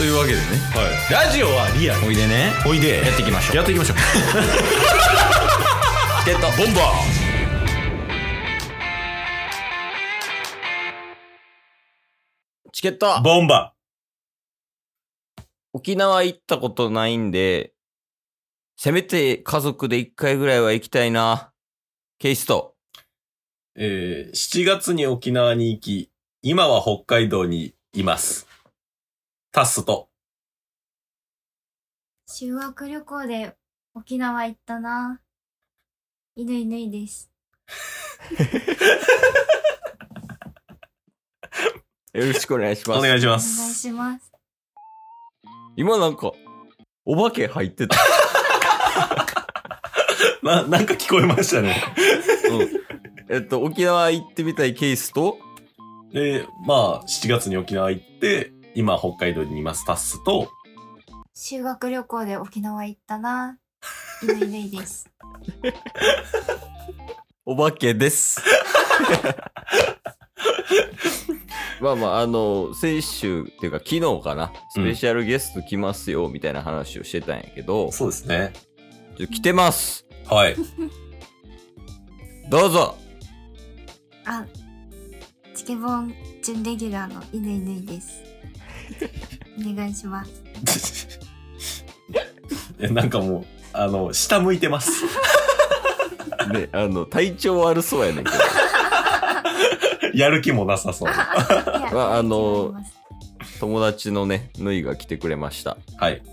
というわけでね、 ラジオはリアル。 おいでね、 おいで。 やっていきましょう。 やっていきましょう。 チケットボンバー。チケットボンバ沖縄行ったことないんで、せめて家族で1回ぐらいは行きたいな。ケイスト。 7月に沖縄に行き、今は北海道にいます。タッスと。 修学旅行で沖縄行ったな。いぬいぬいです。 よろしくお願いします。 お願いしまお願いす。 します。 今なんか、お化け入ってた。 なんか聞こえましたね。 沖縄行ってみたいケースと、 まあ、7月に沖縄行って、今北海道にいますタッスと、 修学旅行で沖縄行ったな。いぬいぬいです。 お化けです。まあまあ、先週っていうか昨日かな、スペシャルゲスト来ますよ、みたいな話をしてたんやけど、 そうですね。 来てます。 はい。 どうぞ。 あ、チケボン準レギュラーのいぬいぬいです。お願いします。 なんかもう、下向いてます。 ね、体調悪そうやねんけど。 やる気もなさそう。 いやまあ違います。 友達のね、ぬいが来てくれました。 はい。い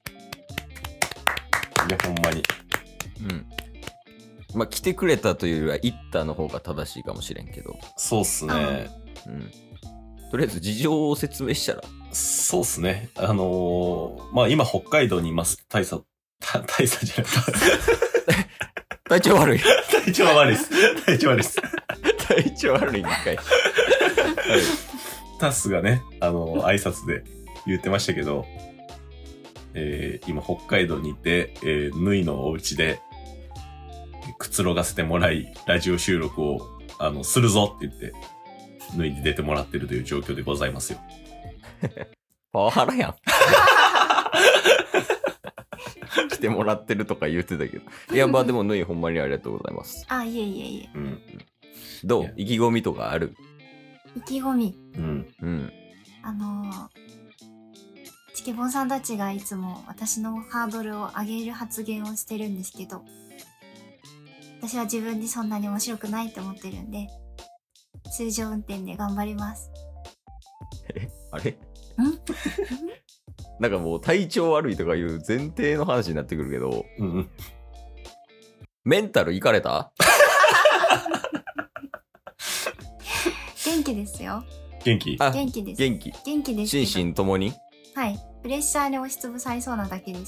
や、ほんまに。 うん。まあ、来てくれたというよりは、行ったの方が正しいかもしれんけど。 そうっすね。 うん。とりあえず事情を説明したら。 そうっすね。まあ今北海道にいます。大佐じゃないか。 体調悪い。 体調は悪いです。体調悪いです。 体調悪いんかい。はい。 タスがね、挨拶で言ってましたけど、今北海道にいて、ぬいのお家で、くつろがせてもらい、ラジオ収録を、するぞって言って、ぬいに出てもらってるという状況でございますよ。 パワハラやん。来てもらってるとか言ってたけど。いや、まあでも、ぬいほんまにありがとうございます。 あ、いえいえいえ。 うん。 どう意気込みとかある？ 意気込み。 うん。 うん。 チケボンさんたちがいつも私のハードルを上げる発言をしてるんですけど、私は自分にそんなに面白くないって思ってるんで、通常運転で頑張ります。 あれなんかもう体調悪いとかいう前提の話になってくるけど、 うん。 メンタルいかれた？ 元気ですよ。 元気？ あ、 元気です。 元気。 元気ですけど。 心身ともに？ はい。プレッシャーに押しつぶされそうなだけです。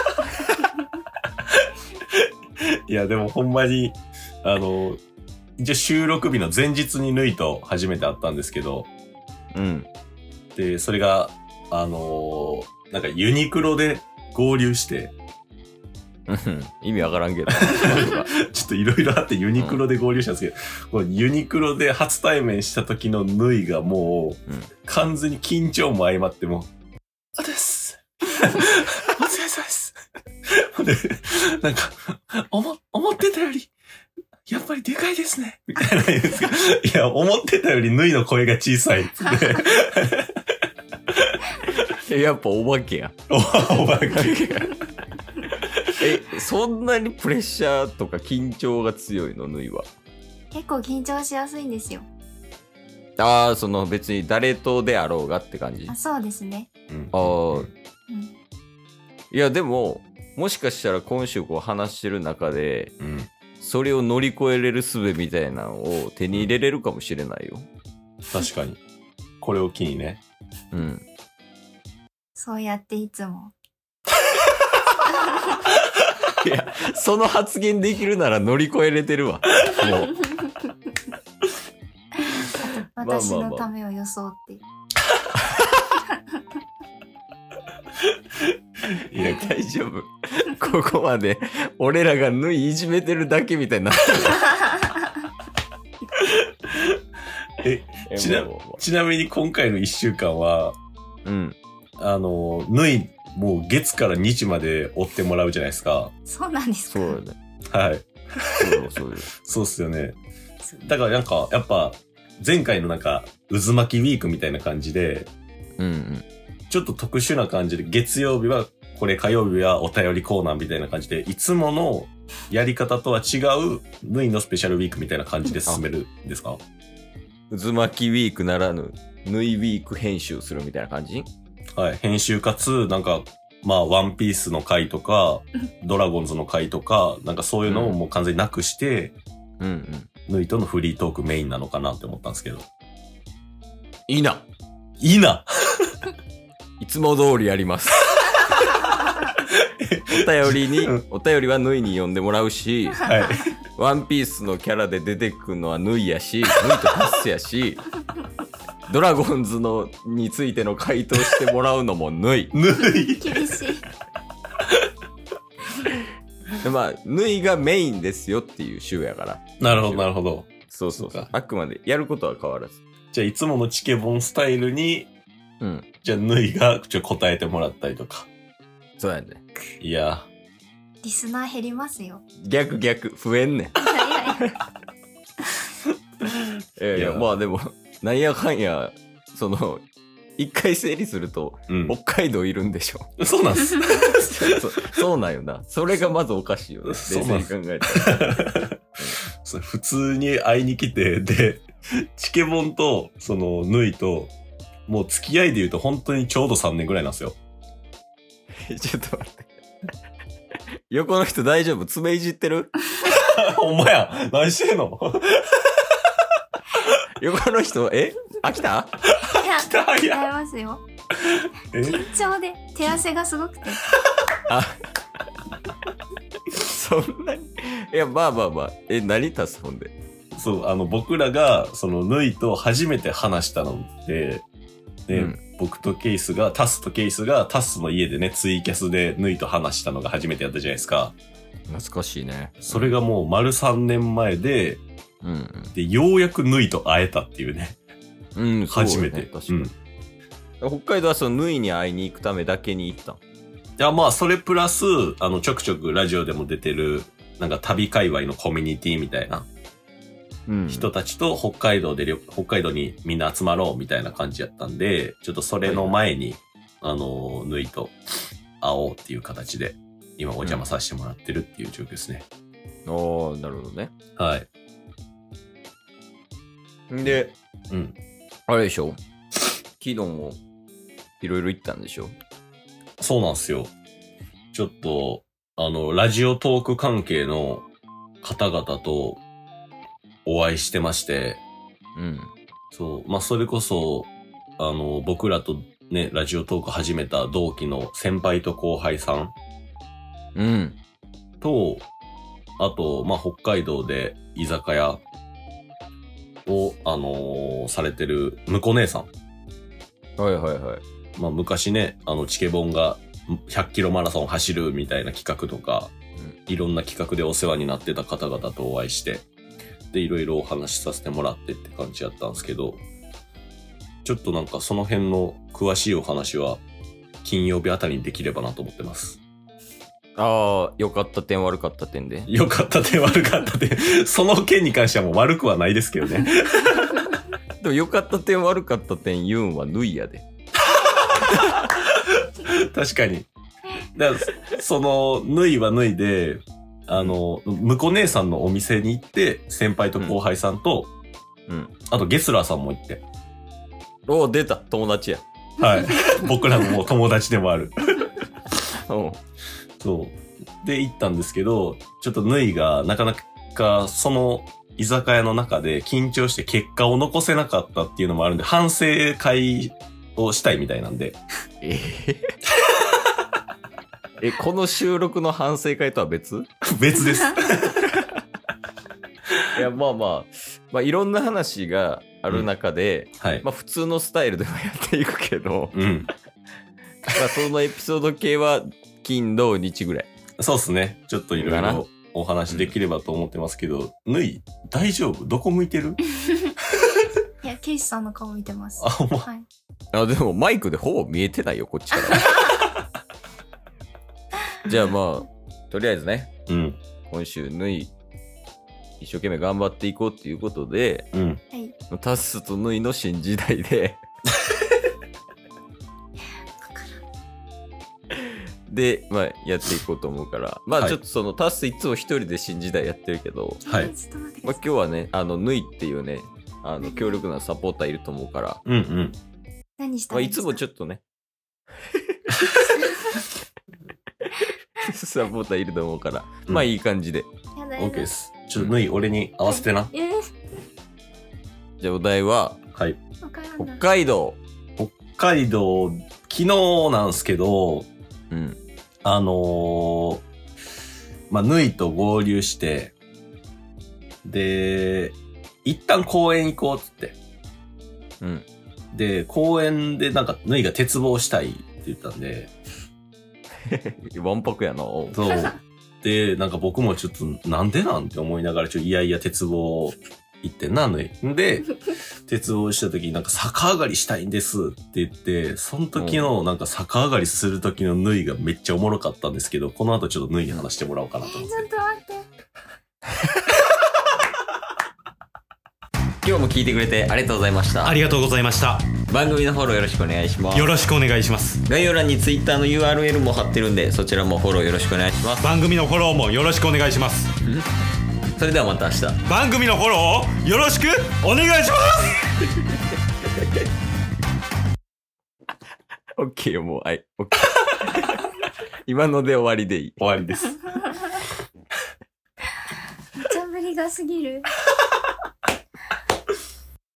いや、でもほんまに、一応収録日の前日にぬいと初めて会ったんですけど、 うん。 で、それが、なんかユニクロで合流して、 意味わからんけど。 ちょっといろいろあってユニクロで合流したんですけど、このユニクロで初対面した時のぬいがもう、完全に緊張も相まっても、あです。お疲れ様です。で、なんか、思ってたより、やっぱりでかいですね。みたいな言うんですけど、いや、思ってたよりぬいの声が小さいっつって。 やっぱお化けや。 お化け。 そんなにプレッシャーとか緊張が強いの、ぬいは？ 結構緊張しやすいんですよ。 ああ、別に誰とであろうがって感じ。 あ、そうですね。 ああ、 うん。 いやでも、もしかしたら今週こう話してる中で、 うん。 それを乗り越えれる術みたいなのを手に入れれるかもしれないよ。 確かに。これを機にね。 うん。 そうやっていつも。 いや、その発言できるなら乗り越えれてるわ。もう。 私のためを装って。 いや、 大丈夫。ここまで俺らが縫いいじめてるだけみたいになってる。 ちなみに今回の1週間は、 うん。 縫い、もう月から日まで追ってもらうじゃないですか。 そうなんですか。 そうよね。 はい。 そうよ。 そうっすよね。だからなんか、やっぱ、前回のなんか、渦巻きウィークみたいな感じで、 うんうん。 ちょっと特殊な感じで、月曜日はこれ、火曜日はお便りコーナーみたいな感じで、いつものやり方とは違う、縫いのスペシャルウィークみたいな感じで進めるんですか？ 渦巻きウィークならぬ、縫いウィーク編集するみたいな感じ？ はい。編集かつ、なんか、まあ、ワンピースの回とか、ドラゴンズの回とか、なんかそういうのをもう完全になくして、 うんうん。 縫いとのフリートークメインなのかなって思ったんですけど。 いいな。 いいないつも通りやります。お便りに、お便りは縫いに読んでもらうし、 はい。 ワンピースのキャラで出てくるのは縫いやし、縫いとタスやし、ドラゴンズのについての回答してもらうのも縫い。 縫い。 厳しい。 でまあ、縫いがメインですよっていう週やから。 なるほど、なるほど。 そうそうそうかあくまでやることは変わらず。 じゃあ、いつものチケボンスタイルに、 うん。 じゃあ、縫いが答えてもらったりとか。 そうやね。 いや。 リスナー減りますよ。 逆、増えんねん。いや、まあでも、なんやかんや、一回整理すると、 うん。 北海道いるんでしょ。 そうなんす。 そうなんよな。それがまずおかしいよね。冷静に考えたら。 そう普通に会いに来て、で、チケボンと、縫いと、もう付き合いで言うと本当にちょうど3年ぐらいなんですよ。 ちょっと待って。横の人大丈夫？爪いじってる？ ほんまや。何してんの？ 横の人、飽きた？ いや、違いますよ。緊張で手汗がすごくて。 そんなに？いや、まあ。何足すほんで。 そう、僕らが、縫いと初めて話したので、で、僕とケイスが、タスの家でね、ツイキャスで縫いと話したのが初めてやったじゃないですか。 懐かしいね。 それがもう丸3年前で、で、ようやく縫いと会えたっていうね。初めて。 確かに。北海道は縫いに会いに行くためだけに行ったん？ いや、まあ、それプラス、ちょくちょくラジオでも出てる、なんか旅界隈のコミュニティみたいな、人たちと北海道にみんな集まろうみたいな感じやったんで、ちょっとそれの前に、縫いと会おうっていう形で、今お邪魔させてもらってるっていう状況ですね。 おー、なるほどね。 はい。 で、あれでしょ？昨日もいろいろ行ったんでしょ？ そうなんですよ。ちょっと、ラジオトーク関係の方々とお会いしてまして、そう、まあ、それこそ、僕らとね、ラジオトーク始めた同期の先輩と後輩さんと、あと、まあ、北海道で居酒屋を、されてる向こう姉さん。 はい。 まあ、昔ね、チケボンが100キロマラソン走るみたいな企画とか、いろんな企画でお世話になってた方々とお会いして、で、いろいろお話しさせてもらってって感じやったんですけど、ちょっとなんかその辺の詳しいお話は、金曜日あたりにできればなと思ってます。 ああ、良かった点悪かった点で。 良かった点悪かった点、その件に関してはもう悪くはないですけどね。 でも良かった点悪かった点言うんは縫いやで。 確かに。だから縫いは縫いで、向こう姉さんのお店に行って、先輩と後輩さんと、あとゲスラーさんも行って。 おー、出た。友達や。 はい。僕らのもう友達でもある。そう。で、行ったんですけど、ちょっと縫いがなかなかその居酒屋の中で緊張して結果を残せなかったっていうのもあるんで、反省会をしたいみたいなんで。 この収録の反省会とは別？ 別です。 いや、まあ、いろんな話がある中で、 はい。 まあ普通のスタイルではやっていくけど、 まあそのエピソード系は金土日ぐらい。 そうっすね。ちょっといろいろお話できればと思ってますけど、縫い、大丈夫？どこ向いてる？ いや、ケイスさんの顔見てます。 あ、ほんま。 はい。 あ、でもマイクでほぼ見えてないよ、こっちから。じゃあまあ、とりあえずね、 うん。 今週ぬい、一生懸命頑張っていこうっていうことで、 うん。 はい。 タッスとぬいの新時代で、で、まあ、やっていこうと思うから、まはいあちょっとそのタッスいつも一人で新時代やってるけど、 はいちょっと待ってくまあださい。 今日はね、ぬいっていうね、強力なサポーターいると思うから、 うんうん。 まあ、いつ何したらいいですか？ もちょっとね、サポーターいると思うから、 うんまあいい感じで。 やだ OK です。ちょっとぬい、俺に合わせてな。 じゃあお題は、 はい。 わから北ない。 海道。 北海道、昨日なんすけど、 うん。 まあ、ぬいと合流して、で、一旦公園行こうっつって。 うん。 で、公園でなんか、ぬいが鉄棒したいって言ったんで、 わんぱくやな。 そう。で、なんか僕もちょっと、なんでなんて思いながら、いやいや鉄棒行ってんな、ぬい。で、鉄棒した時になんか逆上がりしたいんですって言って、その時のなんか逆上がりする時のぬいがめっちゃおもろかったんですけど、この後ちょっとぬいに話してもらおうかなと思って。 ちょっと待って。 今日も聞いてくれてありがとうございましたあ。りがとうございました。 番組のフォローよろしくお願いしますよ。ろしくお願いします。 概要欄に Twitter の URL も貼ってるんで、そちらもフォローよろしくお願いします。 番組のフォローもよろしくお願いします。 それではまた明日。 番組のフォローをよろしくお願いします。 OK よ、もう。はい。OK 今ので終わりでいい。 終わりです。 無茶ぶりが過ぎる。